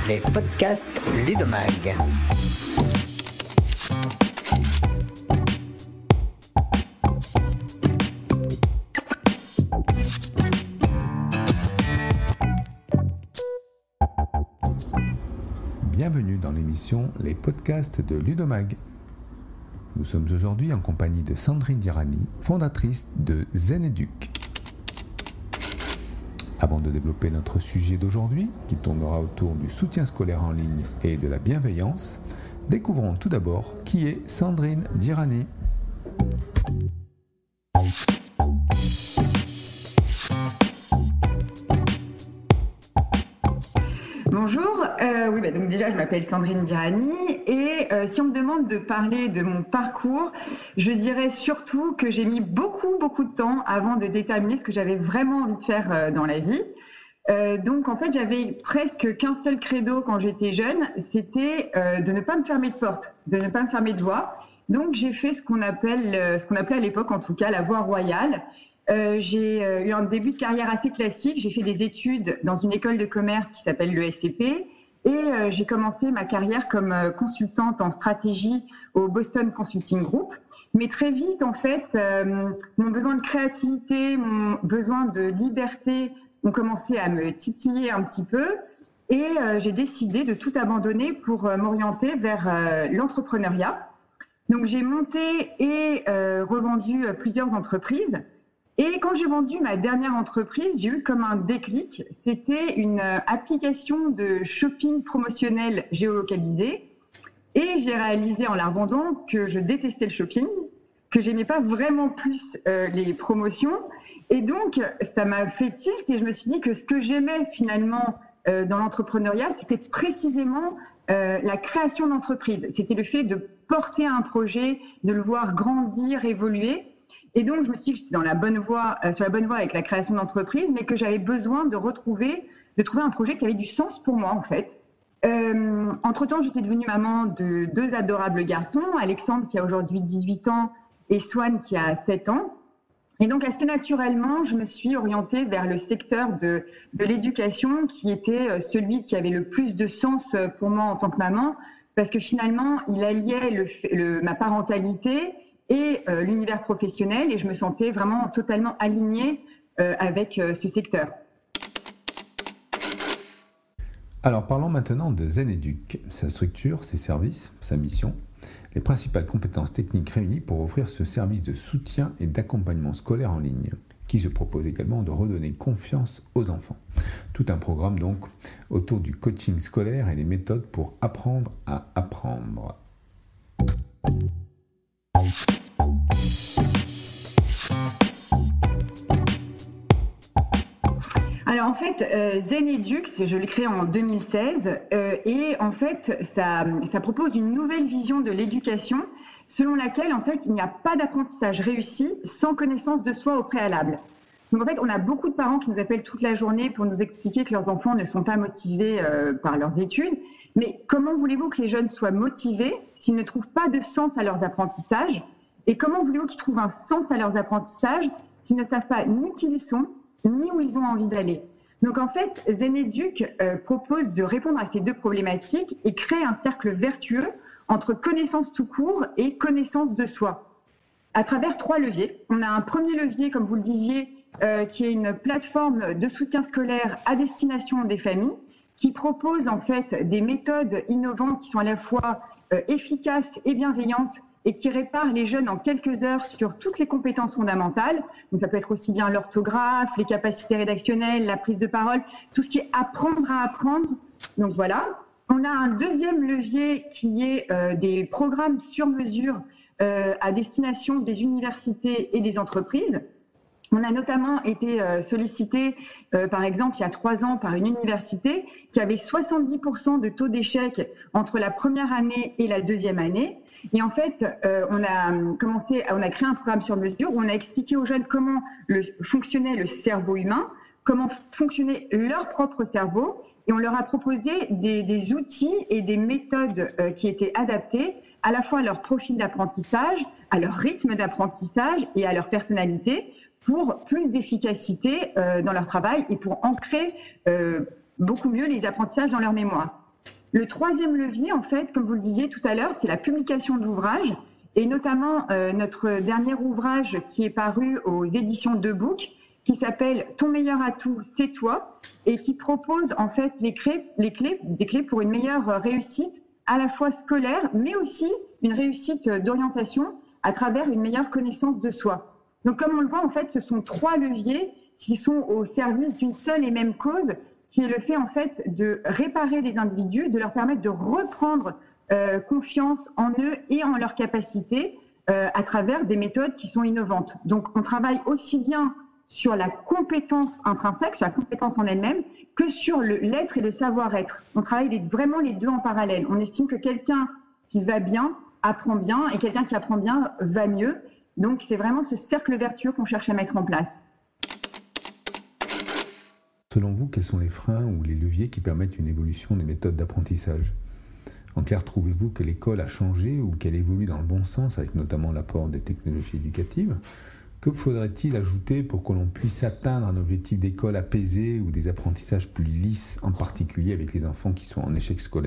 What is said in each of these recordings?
les podcasts Ludomag. Bienvenue dans l'émission Les podcasts de Ludomag. Nous sommes aujourd'hui en compagnie de Sandrine Dirani, fondatrice de Zeneduc. Avant de développer notre sujet d'aujourd'hui, qui tournera autour du soutien scolaire en ligne et de la bienveillance, découvrons tout d'abord qui est Sandrine Dirani. Bonjour, donc déjà je m'appelle Sandrine Dirani et si on me demande de parler de mon parcours, je dirais surtout que j'ai mis beaucoup de temps avant de déterminer ce que j'avais vraiment envie de faire dans la vie. Donc en fait j'avais presque qu'un seul credo quand j'étais jeune, c'était de ne pas me fermer de porte, de ne pas me fermer de voie. Donc j'ai fait ce qu'on appelait à l'époque en tout cas la voie royale. J'ai eu un début de carrière assez classique. J'ai fait des études dans une école de commerce qui s'appelle l'ESCP et j'ai commencé ma carrière comme consultante en stratégie au Boston Consulting Group. Mais très vite, en fait, mon besoin de créativité, mon besoin de liberté ont commencé à me titiller un petit peu et j'ai décidé de tout abandonner pour m'orienter vers l'entrepreneuriat. Donc j'ai monté et revendu plusieurs entreprises. Et quand j'ai vendu ma dernière entreprise, j'ai eu comme un déclic. C'était une application de shopping promotionnel géolocalisé. Et j'ai réalisé en la revendant que je détestais le shopping, que j'aimais pas vraiment plus les promotions. Et donc, ça m'a fait tilt et je me suis dit que ce que j'aimais finalement dans l'entrepreneuriat, c'était précisément la création d'entreprise. C'était le fait de porter un projet, de le voir grandir, évoluer. Et donc, je me suis dit que j'étais sur la bonne voie avec la création d'entreprise, mais que j'avais besoin de trouver un projet qui avait du sens pour moi, en fait. Entre-temps, j'étais devenue maman de 2 adorables garçons, Alexandre qui a aujourd'hui 18 ans et Swan qui a 7 ans. Et donc, assez naturellement, je me suis orientée vers le secteur de l'éducation qui était celui qui avait le plus de sens pour moi en tant que maman, parce que finalement, il alliait ma parentalité et l'univers professionnel et je me sentais vraiment totalement alignée avec ce secteur. Alors parlons maintenant de Zeneduc, sa structure, ses services, sa mission, les principales compétences techniques réunies pour offrir ce service de soutien et d'accompagnement scolaire en ligne, qui se propose également de redonner confiance aux enfants. Tout un programme donc autour du coaching scolaire et des méthodes pour apprendre à apprendre. Alors en fait, Zeneduc, je l'ai créé en 2016 et en fait, ça propose une nouvelle vision de l'éducation selon laquelle en fait, il n'y a pas d'apprentissage réussi sans connaissance de soi au préalable. Donc en fait, on a beaucoup de parents qui nous appellent toute la journée pour nous expliquer que leurs enfants ne sont pas motivés par leurs études. Mais comment voulez-vous que les jeunes soient motivés s'ils ne trouvent pas de sens à leurs apprentissages? Et comment voulez-vous qu'ils trouvent un sens à leurs apprentissages s'ils ne savent pas ni qui ils sont, ni où ils ont envie d'aller? Donc en fait, Zeneduc propose de répondre à ces 2 problématiques et créer un cercle vertueux entre connaissance tout court et connaissance de soi. À travers 3 leviers. On a un premier levier, comme vous le disiez, qui est une plateforme de soutien scolaire à destination des familles, qui propose en fait des méthodes innovantes qui sont à la fois efficaces et bienveillantes et qui réparent les jeunes en quelques heures sur toutes les compétences fondamentales. Donc ça peut être aussi bien l'orthographe, les capacités rédactionnelles, la prise de parole, tout ce qui est apprendre à apprendre. Donc voilà. On a un deuxième levier qui est des programmes sur mesure à destination des universités et des entreprises. On a notamment été sollicité, par exemple, il y a 3 ans, par une université qui avait 70% de taux d'échec entre la première année et la deuxième année. Et en fait, on a créé un programme sur mesure où on a expliqué aux jeunes comment fonctionnait le cerveau humain, comment fonctionnait leur propre cerveau, et on leur a proposé des outils et des méthodes qui étaient adaptés à la fois à leur profil d'apprentissage, à leur rythme d'apprentissage et à leur personnalité, pour plus d'efficacité dans leur travail et pour ancrer beaucoup mieux les apprentissages dans leur mémoire. Le troisième levier, en fait, comme vous le disiez tout à l'heure, c'est la publication d'ouvrages, et notamment notre dernier ouvrage qui est paru aux éditions de Book, qui s'appelle « Ton meilleur atout, c'est toi » et qui propose en fait des clés pour une meilleure réussite à la fois scolaire, mais aussi une réussite d'orientation à travers une meilleure connaissance de soi. Donc comme on le voit, en fait, ce sont 3 leviers qui sont au service d'une seule et même cause, qui est le fait en fait de réparer les individus, de leur permettre de reprendre confiance en eux et en leurs capacités à travers des méthodes qui sont innovantes. Donc on travaille aussi bien sur la compétence intrinsèque, sur la compétence en elle-même, que sur l'être et le savoir-être. On travaille vraiment les deux en parallèle. On estime que quelqu'un qui va bien apprend bien et quelqu'un qui apprend bien va mieux. Donc c'est vraiment ce cercle vertueux qu'on cherche à mettre en place. Selon vous, quels sont les freins ou les leviers qui permettent une évolution des méthodes d'apprentissage ? En clair, trouvez-vous que l'école a changé ou qu'elle évolue dans le bon sens, avec notamment l'apport des technologies éducatives ? Que faudrait-il ajouter pour que l'on puisse atteindre un objectif d'école apaisé ou des apprentissages plus lisses, en particulier avec les enfants qui sont en échec scolaire ?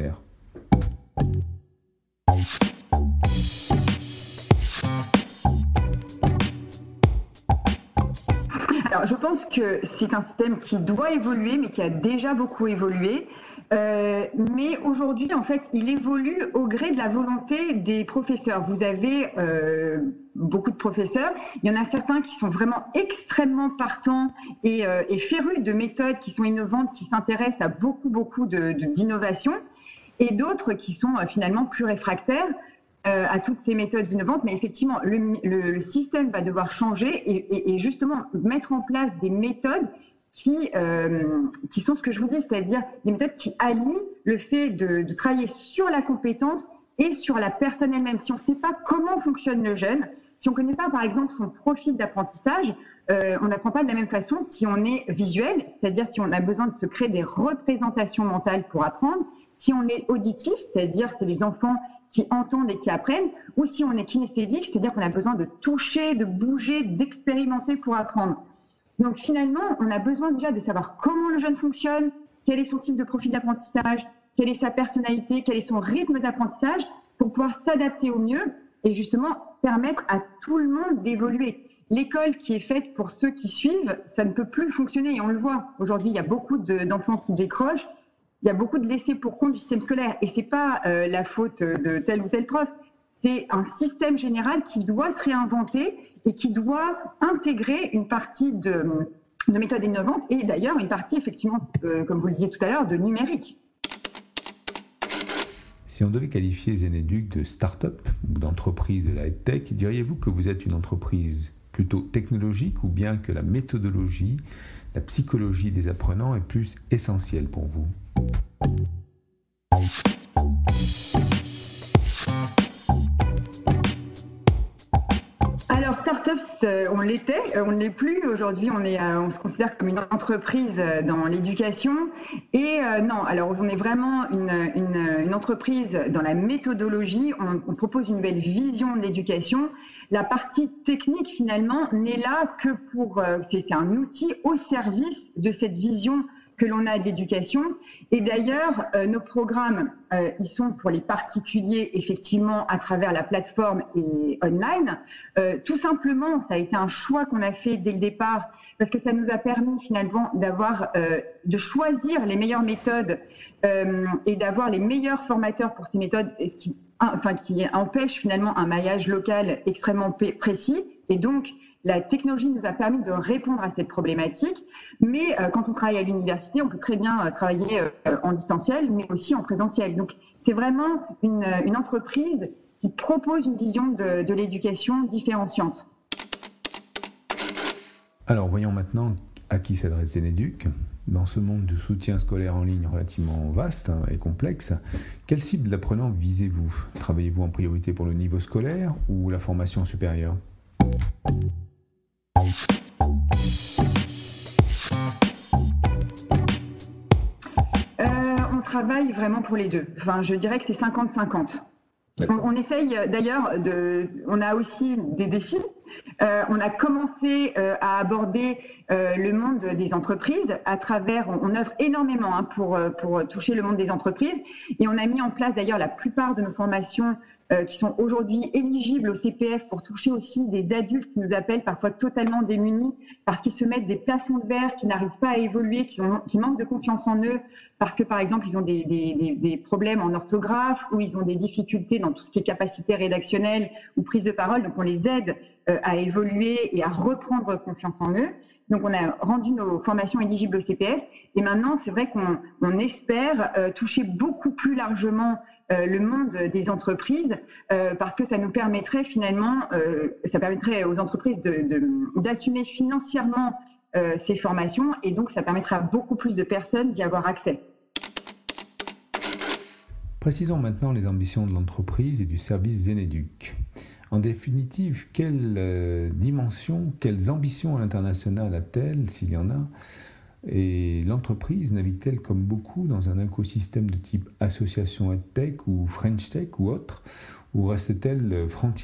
Alors, je pense que c'est un système qui doit évoluer, mais qui a déjà beaucoup évolué. Mais aujourd'hui, en fait, il évolue au gré de la volonté des professeurs. Vous avez beaucoup de professeurs. Il y en a certains qui sont vraiment extrêmement partants et férus de méthodes qui sont innovantes, qui s'intéressent à beaucoup d'innovations, et d'autres qui sont finalement plus réfractaires à toutes ces méthodes innovantes. Mais effectivement, le système va devoir changer et justement mettre en place des méthodes qui sont ce que je vous dis, c'est-à-dire des méthodes qui allient le fait de travailler sur la compétence et sur la personne elle-même. Si on ne sait pas comment fonctionne le jeune, si on ne connaît pas par exemple son profil d'apprentissage, on n'apprend pas de la même façon si on est visuel, c'est-à-dire si on a besoin de se créer des représentations mentales pour apprendre, si on est auditif, c'est-à-dire c'est les enfants qui entendent et qui apprennent, ou si on est kinesthésique, c'est-à-dire qu'on a besoin de toucher, de bouger, d'expérimenter pour apprendre. Donc finalement, on a besoin déjà de savoir comment le jeune fonctionne, quel est son type de profil d'apprentissage, quelle est sa personnalité, quel est son rythme d'apprentissage, pour pouvoir s'adapter au mieux et justement permettre à tout le monde d'évoluer. L'école qui est faite pour ceux qui suivent, ça ne peut plus fonctionner et on le voit. Aujourd'hui, il y a beaucoup d'enfants qui décrochent, il y a beaucoup de laissés pour compte du système scolaire et c'est pas la faute de tel ou tel prof. C'est un système général qui doit se réinventer et qui doit intégrer une partie de méthodes innovantes et d'ailleurs une partie effectivement, comme vous le disiez tout à l'heure, de numérique. Si on devait qualifier Zeneduc de start-up ou d'entreprise de la tech, diriez-vous que vous êtes une entreprise plutôt technologique ou bien que la méthodologie, la psychologie des apprenants est plus essentielle pour vous ? Alors, start-up, on l'était, on ne l'est plus. Aujourd'hui, on se considère comme une entreprise dans l'éducation. Et non, alors on est vraiment une entreprise dans la méthodologie. On propose une nouvelle vision de l'éducation. La partie technique, finalement, n'est là que pour... c'est un outil au service de cette vision que l'on a de l'éducation. Et d'ailleurs, nos programmes, ils sont pour les particuliers, effectivement, à travers la plateforme et online. Tout simplement, ça a été un choix qu'on a fait dès le départ, parce que ça nous a permis finalement de choisir les meilleures méthodes et d'avoir les meilleurs formateurs pour ces méthodes, qui empêche finalement un maillage local extrêmement précis. Et donc, la technologie nous a permis de répondre à cette problématique, mais quand on travaille à l'université, on peut très bien travailler en distanciel, mais aussi en présentiel. Donc, c'est vraiment une entreprise qui propose une vision de l'éducation différenciante. Alors, voyons maintenant à qui s'adresse Zeneduc. Dans ce monde de soutien scolaire en ligne relativement vaste et complexe, quelle cible d'apprenants visez-vous ? Travaillez-vous en priorité pour le niveau scolaire ou la formation supérieure ? On travaille vraiment pour les deux. Enfin, je dirais que c'est 50-50. On essaye d'ailleurs on a aussi des défis. On a commencé à aborder le monde des entreprises à travers, on œuvre énormément pour toucher le monde des entreprises, et on a mis en place d'ailleurs la plupart de nos formations qui sont aujourd'hui éligibles au CPF pour toucher aussi des adultes qui nous appellent parfois totalement démunis parce qu'ils se mettent des plafonds de verre, qui n'arrivent pas à évoluer, qui manquent de confiance en eux parce que par exemple ils ont des problèmes en orthographe ou ils ont des difficultés dans tout ce qui est capacité rédactionnelle ou prise de parole. Donc on les aide à évoluer et à reprendre confiance en eux. Donc on a rendu nos formations éligibles au CPF et maintenant c'est vrai qu'on espère toucher beaucoup plus largement le monde des entreprises parce que ça nous permettrait finalement, ça permettrait aux entreprises d'assumer financièrement ces formations et donc ça permettra à beaucoup plus de personnes d'y avoir accès. Précisons maintenant les ambitions de l'entreprise et du service Zeneduc. En définitive, quelle dimension, quelles ambitions à l'international a-t-elle, s'il y en a ? Et l'entreprise navigue-t-elle comme beaucoup dans un écosystème de type association EdTech ou French Tech ou autre, ou reste-t-elle franc-tireur ?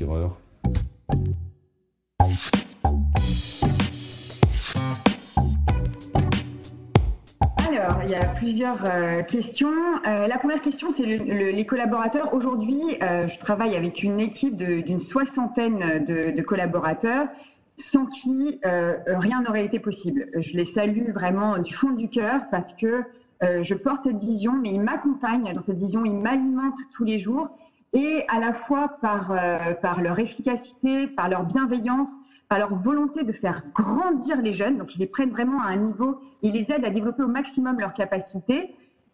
Alors, il y a plusieurs questions. La première question, c'est les collaborateurs. Aujourd'hui, je travaille avec une équipe d'une 60aine de collaborateurs sans qui rien n'aurait été possible. Je les salue vraiment du fond du cœur parce que je porte cette vision, mais ils m'accompagnent dans cette vision, ils m'alimentent tous les jours et à la fois par leur efficacité, par leur bienveillance, par leur volonté de faire grandir les jeunes. Donc, ils les prennent vraiment à un niveau, ils les aident à développer au maximum leurs capacités.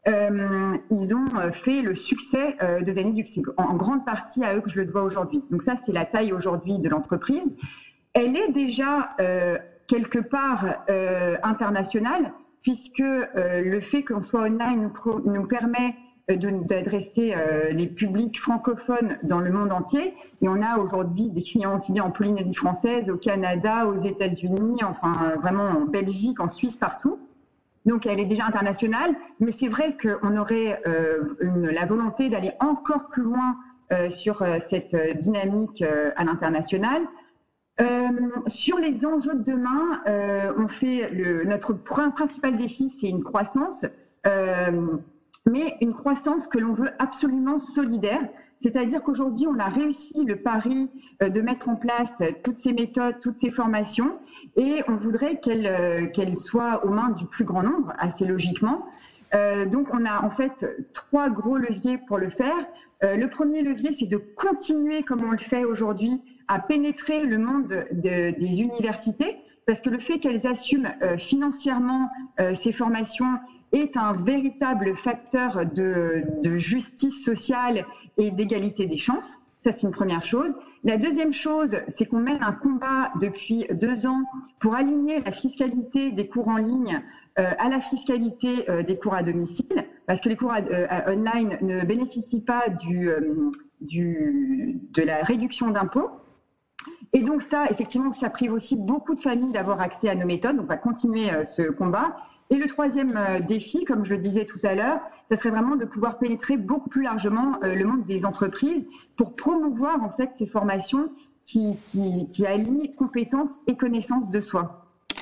Ils ont fait le succès de Zeneduc. C'est en grande partie à eux que je le dois aujourd'hui. Donc ça, c'est la taille aujourd'hui de l'entreprise. Elle est déjà quelque part internationale, puisque le fait qu'on soit online nous permet d'adresser les publics francophones dans le monde entier. Et on a aujourd'hui des clients aussi bien en Polynésie française, au Canada, aux États-Unis, enfin vraiment en Belgique, en Suisse, partout. Donc elle est déjà internationale, mais c'est vrai qu'on aurait la volonté d'aller encore plus loin sur cette dynamique à l'international. Sur les enjeux de demain, notre principal défi, c'est une croissance, mais une croissance que l'on veut absolument solidaire. C'est-à-dire qu'aujourd'hui, on a réussi le pari de mettre en place toutes ces méthodes, toutes ces formations, et on voudrait qu'elles soient aux mains du plus grand nombre, assez logiquement. Donc, on a en fait 3 gros leviers pour le faire. Le premier levier, c'est de continuer, comme on le fait aujourd'hui, à pénétrer le monde des universités, parce que le fait qu'elles assument financièrement ces formations est un véritable facteur de justice sociale et d'égalité des chances. Ça, c'est une première chose. La deuxième chose, c'est qu'on mène un combat depuis 2 ans pour aligner la fiscalité des cours en ligne à la fiscalité des cours à domicile, parce que les cours online ne bénéficient pas de la réduction d'impôts. Et donc ça, effectivement, ça prive aussi beaucoup de familles d'avoir accès à nos méthodes. Donc on va continuer ce combat. Et le troisième défi, comme je le disais tout à l'heure, ça serait vraiment de pouvoir pénétrer beaucoup plus largement le monde des entreprises pour promouvoir en fait ces formations qui allient compétences et connaissances de soi.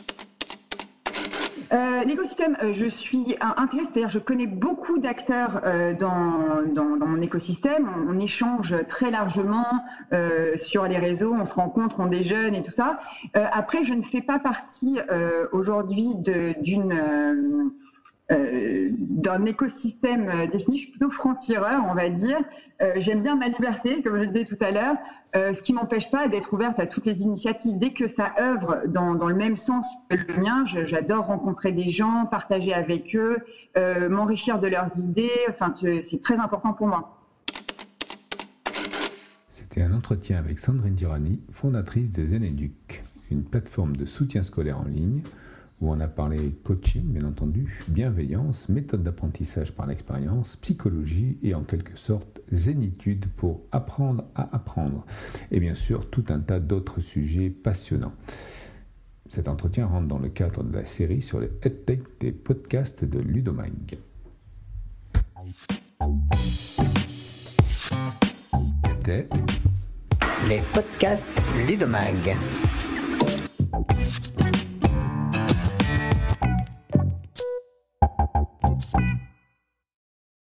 L'écosystème, je suis intéressée, c'est-à-dire je connais beaucoup d'acteurs dans mon écosystème. On échange très largement sur les réseaux, on se rencontre, on déjeune et tout ça. Après, je ne fais pas partie aujourd'hui d'un écosystème défini. Je suis plutôt franc-tireur, on va dire. J'aime bien ma liberté, comme je le disais tout à l'heure, ce qui m'empêche pas d'être ouverte à toutes les initiatives. Dès que ça œuvre dans le même sens que le mien, j'adore rencontrer des gens, partager avec eux, m'enrichir de leurs idées. Enfin, c'est très important pour moi. C'était un entretien avec Sandrine Dirani, fondatrice de Zeneduc, une plateforme de soutien scolaire en ligne où on a parlé coaching, bien entendu, bienveillance, méthode d'apprentissage par l'expérience, psychologie et en quelque sorte zénitude pour apprendre à apprendre. Et bien sûr, tout un tas d'autres sujets passionnants. Cet entretien rentre dans le cadre de la série sur les EdTech des podcasts de Ludomag. C'était les podcasts Ludomag.